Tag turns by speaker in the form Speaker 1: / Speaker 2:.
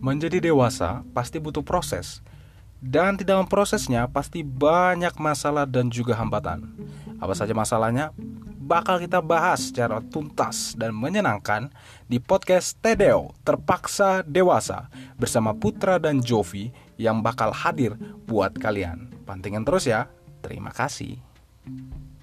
Speaker 1: Menjadi dewasa pasti butuh proses, dan di dalam prosesnya pasti banyak masalah dan juga hambatan. Apa saja masalahnya? Bakal kita bahas secara tuntas dan menyenangkan di podcast Tedeo Terpaksa Dewasa bersama Putra dan Jovi yang bakal hadir buat kalian. Pantengin terus ya. Terima kasih.